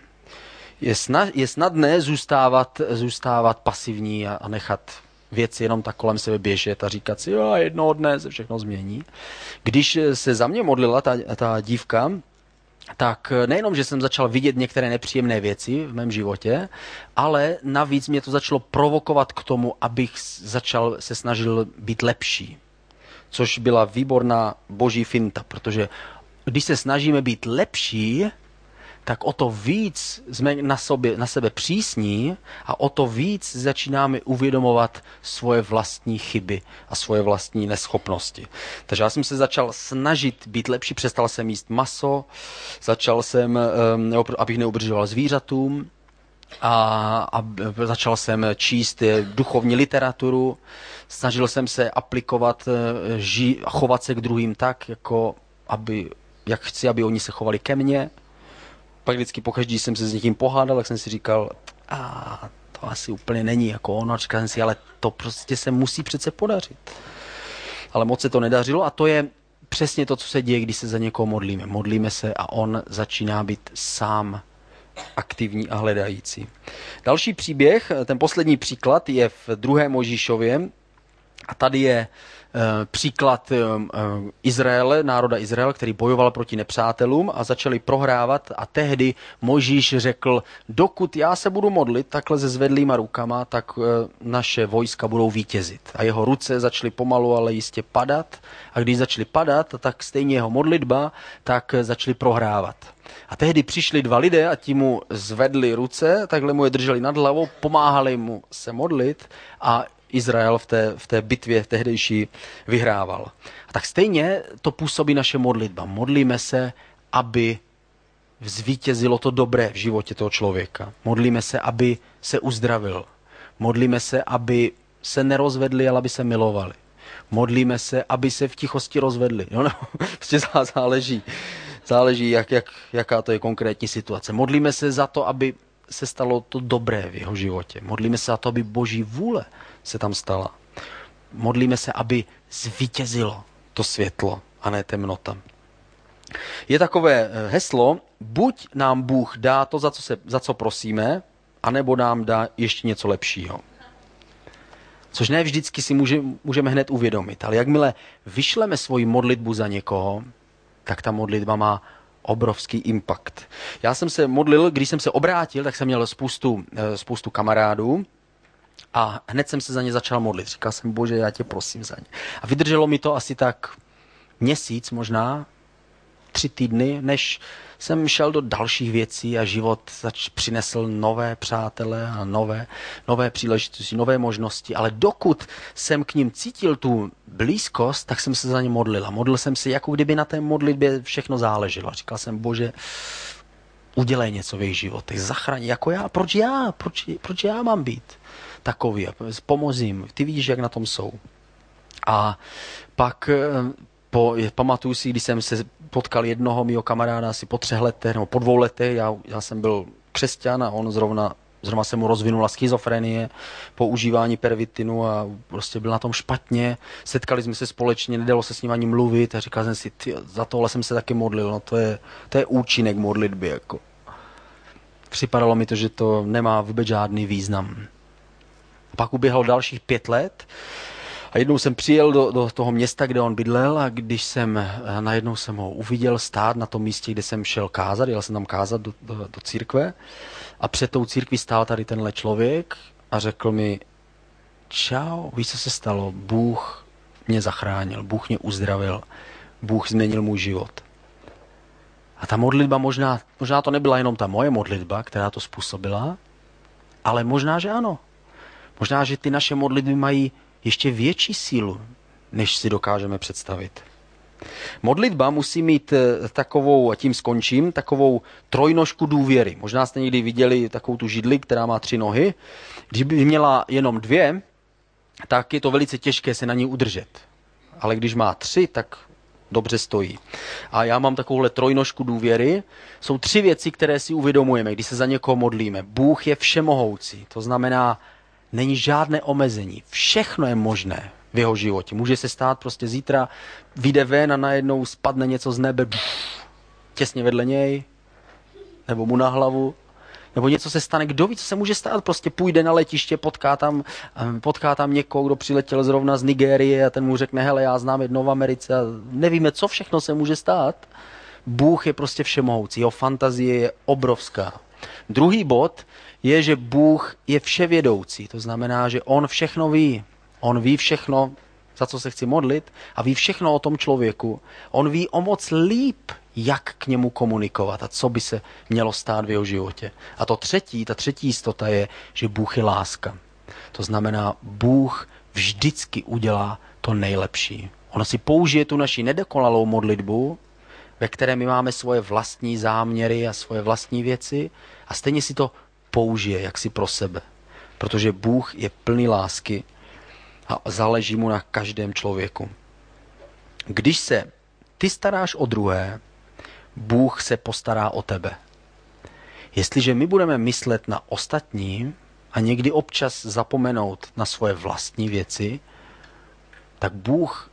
Je snadné zůstávat pasivní a nechat věci jenom tak kolem sebe běžet a říkat si, jo, jednoho dne se všechno změní. Když se za mě modlila ta dívka, tak nejenom, že jsem začal vidět některé nepříjemné věci v mém životě, ale navíc mě to začalo provokovat k tomu, abych se snažil být lepší. Což byla výborná boží finta, protože když se snažíme být lepší, tak o to víc jsme na sebe přísní a o to víc začínáme uvědomovat svoje vlastní chyby a svoje vlastní neschopnosti. Takže já jsem se začal snažit být lepší, přestal jsem jíst maso, začal jsem, abych neubližoval zvířatům, a začal jsem číst duchovní literaturu, snažil jsem se aplikovat, chovat se k druhým tak, jak chci, aby oni se chovali ke mně. Pak vždycky pokaždý jsem se s někým pohádal, tak jsem si říkal, to asi úplně není jako ono. Říkal jsem si, ale to prostě se musí přece podařit. Ale moc se to nedařilo a to je přesně to, co se děje, když se za někoho modlíme. Modlíme se a on začíná být sám aktivní a hledající. Další příběh, ten poslední příklad je v 2. Mojžíšově a tady je příklad Izraele, národa Izrael, který bojoval proti nepřátelům a začali prohrávat a tehdy Mojžíš řekl, dokud já se budu modlit takhle se zvedlýma rukama, tak naše vojska budou vítězit. A jeho ruce začaly pomalu, ale jistě padat a když začaly padat, tak stejně jeho modlitba, tak začaly prohrávat. A tehdy přišli 2 lidé a ti mu zvedli ruce, takhle mu je drželi nad hlavou, pomáhali mu se modlit a Izrael v té bitvě tehdejší vyhrával. A tak stejně to působí naše modlitba. Modlíme se, aby zvítězilo to dobré v životě toho člověka. Modlíme se, aby se uzdravil. Modlíme se, aby se nerozvedli, ale aby se milovali. Modlíme se, aby se v tichosti rozvedli. Prostě záleží jaká to je konkrétní situace. Modlíme se za to, aby se stalo to dobré v jeho životě. Modlíme se za to, aby boží vůle se tam stala. Modlíme se, aby zvítězilo to světlo a ne temnota. Je takové heslo, buď nám Bůh dá to, za co prosíme, anebo nám dá ještě něco lepšího. Což ne vždycky si můžeme hned uvědomit, ale jakmile vyšleme svoji modlitbu za někoho, tak ta modlitba má obrovský impact. Já jsem se modlil, když jsem se obrátil, tak jsem měl spoustu kamarádů a hned jsem se za ně začal modlit. Říkal jsem, Bože, já tě prosím za ně. A vydrželo mi to asi tak měsíc, možná 3 týdny, než jsem šel do dalších věcí a život přinesl nové přátele a nové příležitosti, nové možnosti, ale dokud jsem k ním cítil tu blízkost, tak jsem se za ně modlil. A modlil jsem se, jako kdyby na té modlitbě všechno záleželo. A říkal jsem, Bože, udělej něco v jejich životech, zachraň, jako já, proč já mám být takový, pomoz jim, ty vidíš, jak na tom jsou. A pak pamatuju si, když jsem se potkal jednoho mýho kamaráda asi po 3 letech, nebo po 2 letech, já jsem byl křesťan a on zrovna se mu rozvinula schizofrenie po užívání pervitinu a prostě byl na tom špatně. Setkali jsme se společně, nedalo se s ním ani mluvit a říkal jsem si, za tohle jsem se taky modlil, no to je účinek modlitby. Jako. Připadalo mi to, že to nemá vůbec žádný význam. Pak uběhlo dalších 5 let a jednou jsem přijel do toho města, kde on bydlel a najednou jsem ho uviděl stát na tom místě, kde jsem šel kázat, jel jsem tam kázat do církve a před tou církví stál tady tenhle člověk a řekl mi, čau, víš, co se stalo? Bůh mě zachránil, Bůh mě uzdravil, Bůh změnil můj život. A ta modlitba možná to nebyla jenom ta moje modlitba, která to způsobila, ale možná, že ano. Možná, že ty naše modlitby mají ještě větší sílu, než si dokážeme představit. Modlitba musí mít takovou, a tím skončím, takovou trojnožku důvěry. Možná jste někdy viděli takovou tu židli, která má 3 nohy. Když by měla jenom 2, tak je to velice těžké se na ní udržet. Ale když má 3, tak dobře stojí. A já mám takovouhle trojnožku důvěry. Jsou 3 věci, které si uvědomujeme, když se za někoho modlíme. Bůh je všemohoucí. To znamená, Není žádné omezení. Všechno je možné v jeho životě. Může se stát prostě zítra, vyjde ven a najednou spadne něco z nebe těsně vedle něj, nebo mu na hlavu, nebo něco se stane. Kdo ví, co se může stát? Prostě půjde na letiště, potká tam někoho, kdo přiletěl zrovna z Nigérie a ten mu řekne, hele, já znám jedno v Americe a nevíme, co všechno se může stát. Bůh je prostě všemohoucí, jeho fantazie je obrovská. Druhý bod je, že Bůh je vševědoucí. To znamená, že on všechno ví. On ví všechno, za co se chci modlit a ví všechno o tom člověku. On ví o moc líp, jak k němu komunikovat a co by se mělo stát v jeho životě. A ta třetí jistota je, že Bůh je láska. To znamená, Bůh vždycky udělá to nejlepší. On si použije tu naši nedokonalou modlitbu, ve které my máme svoje vlastní záměry a svoje vlastní věci a stejně si to použije jaksi pro sebe. Protože Bůh je plný lásky a záleží mu na každém člověku. Když se ty staráš o druhé, Bůh se postará o tebe. Jestliže my budeme myslet na ostatní a někdy občas zapomenout na svoje vlastní věci, tak Bůh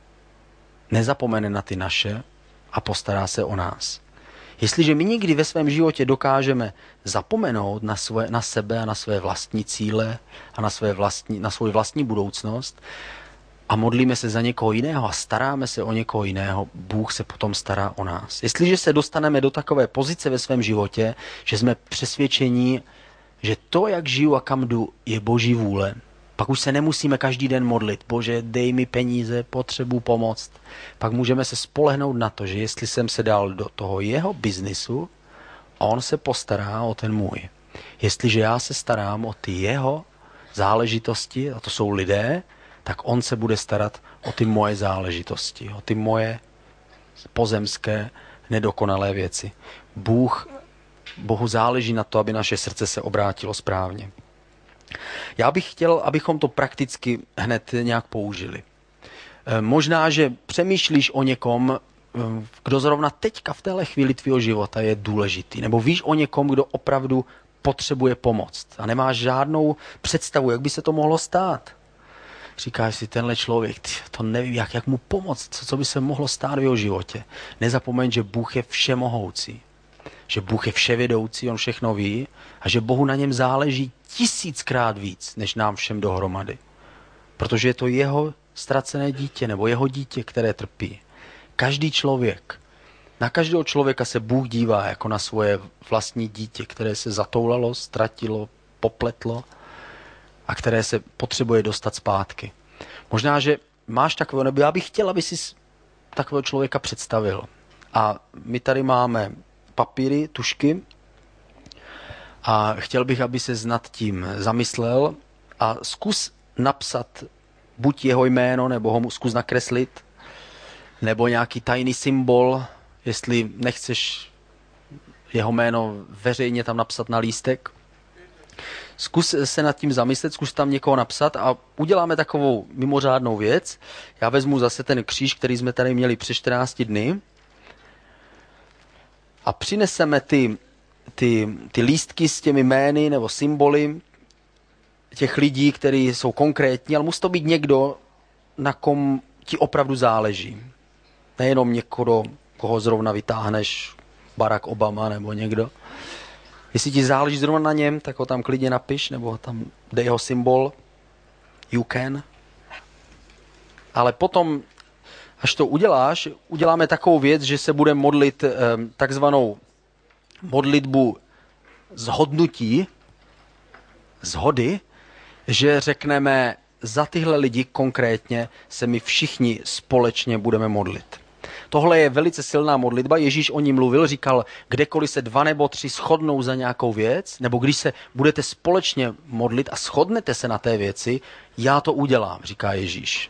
nezapomene na ty naše a postará se o nás. Jestliže my někdy ve svém životě dokážeme zapomenout na sebe a na své vlastní cíle a na svou vlastní budoucnost a modlíme se za někoho jiného a staráme se o někoho jiného, Bůh se potom stará o nás. Jestliže se dostaneme do takové pozice ve svém životě, že jsme přesvědčení, že to, jak žiju a kam jdu, je Boží vůle, pak už se nemusíme každý den modlit. Bože, dej mi peníze, potřebuji pomoct. Pak můžeme se spolehnout na to, že jestli jsem se dal do toho jeho biznisu, on se postará o ten můj. Jestliže já se starám o ty jeho záležitosti, a to jsou lidé, tak on se bude starat o ty moje záležitosti, o ty moje pozemské, nedokonalé věci. Bohu záleží na to, aby naše srdce se obrátilo správně. Já bych chtěl, abychom to prakticky hned nějak použili. Možná, že přemýšlíš o někom, kdo zrovna teďka v téhle chvíli tvýho života je důležitý. Nebo víš o někom, kdo opravdu potřebuje pomoc. A nemáš žádnou představu, jak by se to mohlo stát. Říkáš si, tenhle člověk, to nevím, jak mu pomoct, co by se mohlo stát v jeho životě. Nezapomeň, že Bůh je všemohoucí. Že Bůh je vševědoucí, on všechno ví a že Bohu na něm záleží 1000krát víc, než nám všem dohromady. Protože je to jeho ztracené dítě nebo jeho dítě, které trpí. Každý člověk, na každého člověka se Bůh dívá jako na svoje vlastní dítě, které se zatoulalo, ztratilo, popletlo a které se potřebuje dostat zpátky. Možná, že máš takového, nebo já bych chtěl, aby si takového člověka představil. A my tady máme papíry, tušky a chtěl bych, aby se nad tím zamyslel a zkus napsat buď jeho jméno, nebo ho zkus nakreslit, nebo nějaký tajný symbol, jestli nechceš jeho jméno veřejně tam napsat na lístek. Zkus se nad tím zamyslet, zkus tam někoho napsat a uděláme takovou mimořádnou věc. Já vezmu zase ten kříž, který jsme tady měli před 14 dny a přineseme ty lístky s těmi jmény nebo symboly těch lidí, kteří jsou konkrétní, ale musí to být někdo, na kom ti opravdu záleží. Nejenom někoho, koho zrovna vytáhneš, Barack Obama nebo někdo. Jestli ti záleží zrovna na něm, tak ho tam klidně napiš, nebo tam dej jeho symbol. You can. Ale potom, až to uděláš, uděláme takovou věc, že se bude modlit takzvanou modlitbu zhody, že řekneme, za tyhle lidi konkrétně se my všichni společně budeme modlit. Tohle je velice silná modlitba. Ježíš o ní mluvil, říkal, kdekoliv se 2 nebo 3 shodnou za nějakou věc, nebo když se budete společně modlit a shodnete se na té věci, já to udělám, říká Ježíš.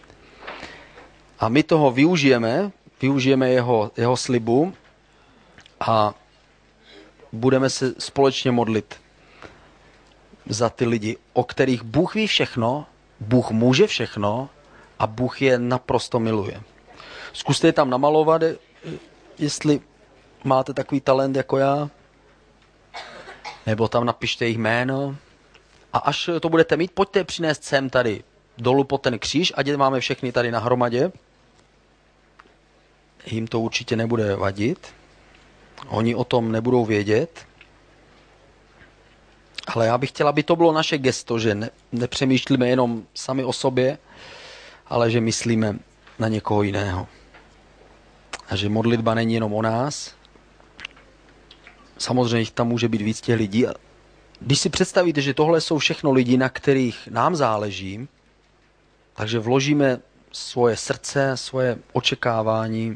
A my toho využijeme jeho slibu a budeme se společně modlit za ty lidi, o kterých Bůh ví všechno, Bůh může všechno a Bůh je naprosto miluje. Zkuste je tam namalovat, jestli máte takový talent jako já. Nebo tam napište jejich jméno. A až to budete mít, pojďte přinést sem tady dolů pod ten kříž, ať je máme všechny tady nahromadě. Jim to určitě nebude vadit. Oni o tom nebudou vědět. Ale já bych chtěl, aby to bylo naše gesto, že nepřemýšlíme jenom sami o sobě, ale že myslíme na někoho jiného. A že modlitba není jenom o nás. Samozřejmě tam může být víc těch lidí. Když si představíte, že tohle jsou všechno lidi, na kterých nám záleží, takže vložíme svoje srdce, svoje očekávání,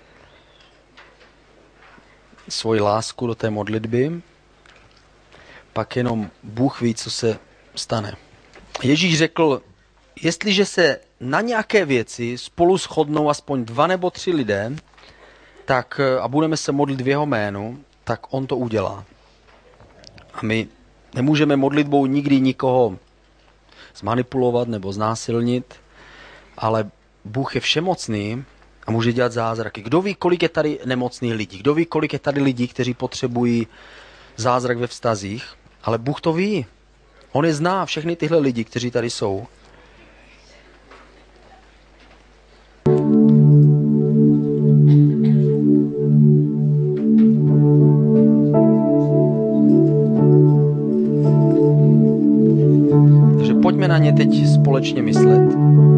svoji lásku do té modlitby, pak jenom Bůh ví, co se stane. Ježíš řekl, jestliže se na nějaké věci spolu shodnou aspoň 2 nebo 3 lidé, tak, a budeme se modlit v jeho jménu, tak on to udělá. A my nemůžeme modlitbou nikdy nikoho zmanipulovat nebo znásilnit, ale Bůh je všemocný a může dělat zázraky. Kdo ví, kolik je tady nemocných lidí? Kdo ví, kolik je tady lidí, kteří potřebují zázrak ve vztazích? Ale Bůh to ví. On je zná, všechny tyhle lidi, kteří tady jsou. Takže pojďme na ně teď společně myslet.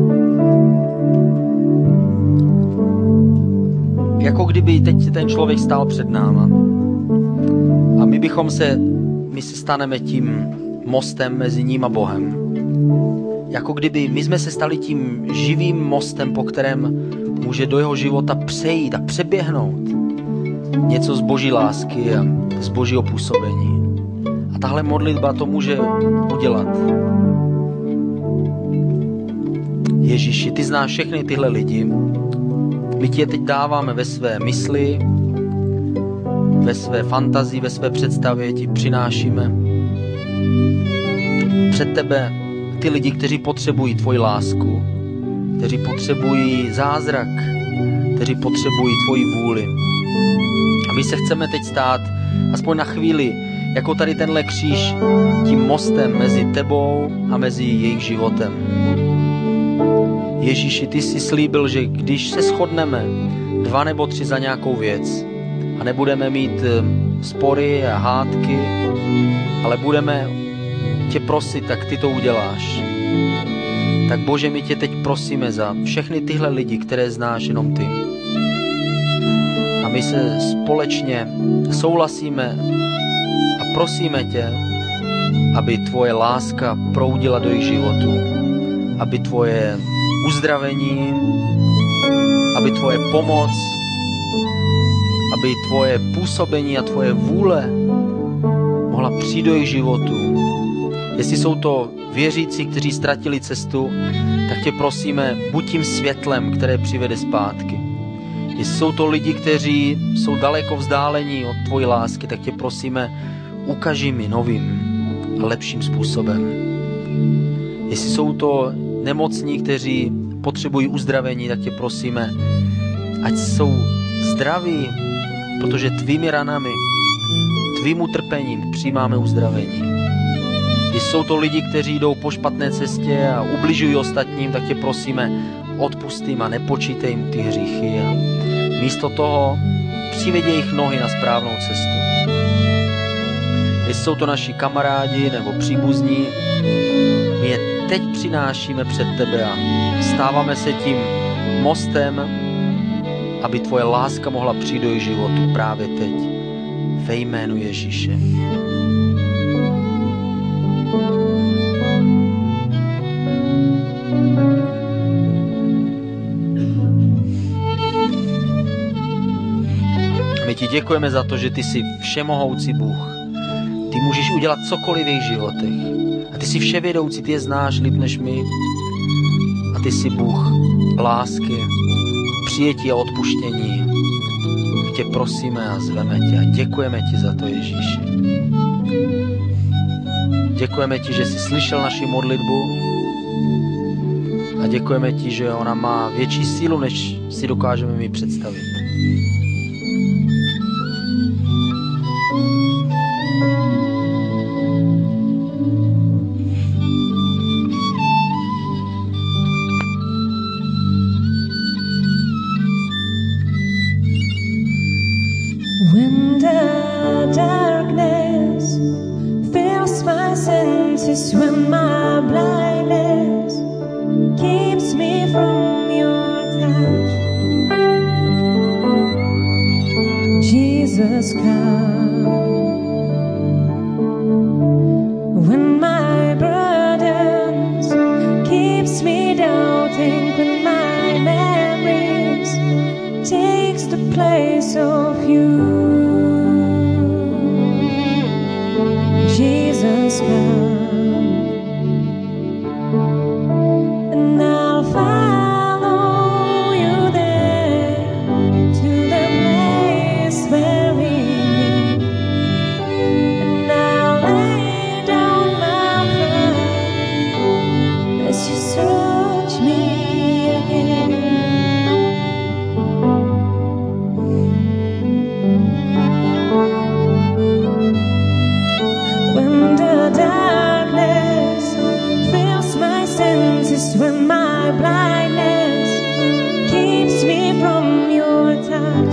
Jako kdyby teď ten člověk stál před náma. A my se staneme tím mostem mezi ním a Bohem. Jako kdyby my jsme se stali tím živým mostem, po kterém může do jeho života přejít a přeběhnout něco z Boží lásky a z Božího působení. A tahle modlitba to může udělat. Ježíši, ty znáš všechny tyhle lidi. My ti je teď dáváme ve své mysli, ve své fantazii, ve své představě ti přinášíme před tebe ty lidi, kteří potřebují tvoji lásku, kteří potřebují zázrak, kteří potřebují tvoji vůli. A my se chceme teď stát aspoň na chvíli, jako tady tenhle kříž, tím mostem mezi tebou a mezi jejich životem. Ježíši, ty jsi slíbil, že když se shodneme 2 nebo 3 za nějakou věc a nebudeme mít spory a hádky, ale budeme tě prosit, tak ty to uděláš. Tak Bože, my tě teď prosíme za všechny tyhle lidi, které znáš jenom ty. A my se společně souhlasíme a prosíme tě, aby tvoje láska proudila do jejich životů, aby tvoje uzdravení, aby tvoje pomoc, aby tvoje působení a tvoje vůle mohla přijít do jejich životů. Jestli jsou to věřící, kteří ztratili cestu, tak tě prosíme, buď tím světlem, které přivede zpátky. Jestli jsou to lidi, kteří jsou daleko vzdálení od tvojí lásky, tak tě prosíme, ukaži mi novým a lepším způsobem. Jestli jsou to nemocní, kteří potřebují uzdravení, tak tě prosíme, ať jsou zdraví, protože tvými ranami, tvým utrpením přijímáme uzdravení. Jestli jsou to lidi, kteří jdou po špatné cestě a ubližují ostatním, tak tě prosíme, odpusť jim a nepočítej jim ty hříchy a místo toho přivedě jejich nohy na správnou cestu. Jestli jsou to naši kamarádi nebo příbuzní, my je teď přinášíme před tebe a stáváme se tím mostem, aby tvoje láska mohla přijít do jejich životu právě teď. Ve jménu Ježíše. My ti děkujeme za to, že ty jsi všemohoucí Bůh. Ty můžeš udělat cokoliv v jejich životech. A ty jsi vševědoucí, ty je znáš líp než my. A ty jsi Bůh lásky, přijetí a odpuštění. My tě prosíme a zveme tě a děkujeme ti za to, Ježíši. Děkujeme ti, že jsi slyšel naši modlitbu a děkujeme ti, že ona má větší sílu, než si dokážeme my představit. is when my blindness keeps me from your touch. Jesus, come when my burdens keeps me doubting, when my memories takes the place of you. Jesus, come, and I'll follow you there to the place where we meet, and I'll lay down my pride as you search me again. When the darkness fills my senses, when my blindness keeps me from your touch,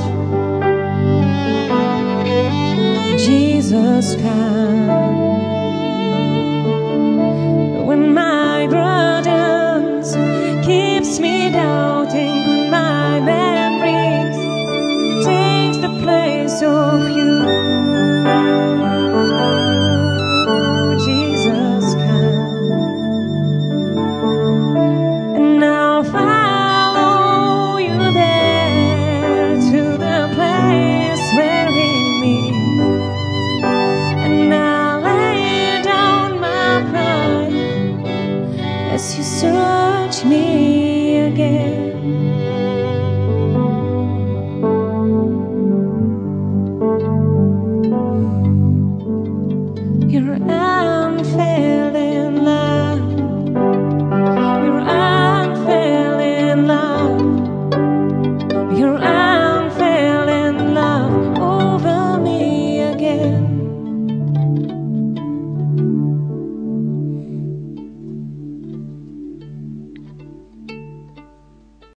Jesus, come. When my burdens keeps me doubting, when my memories takes the place of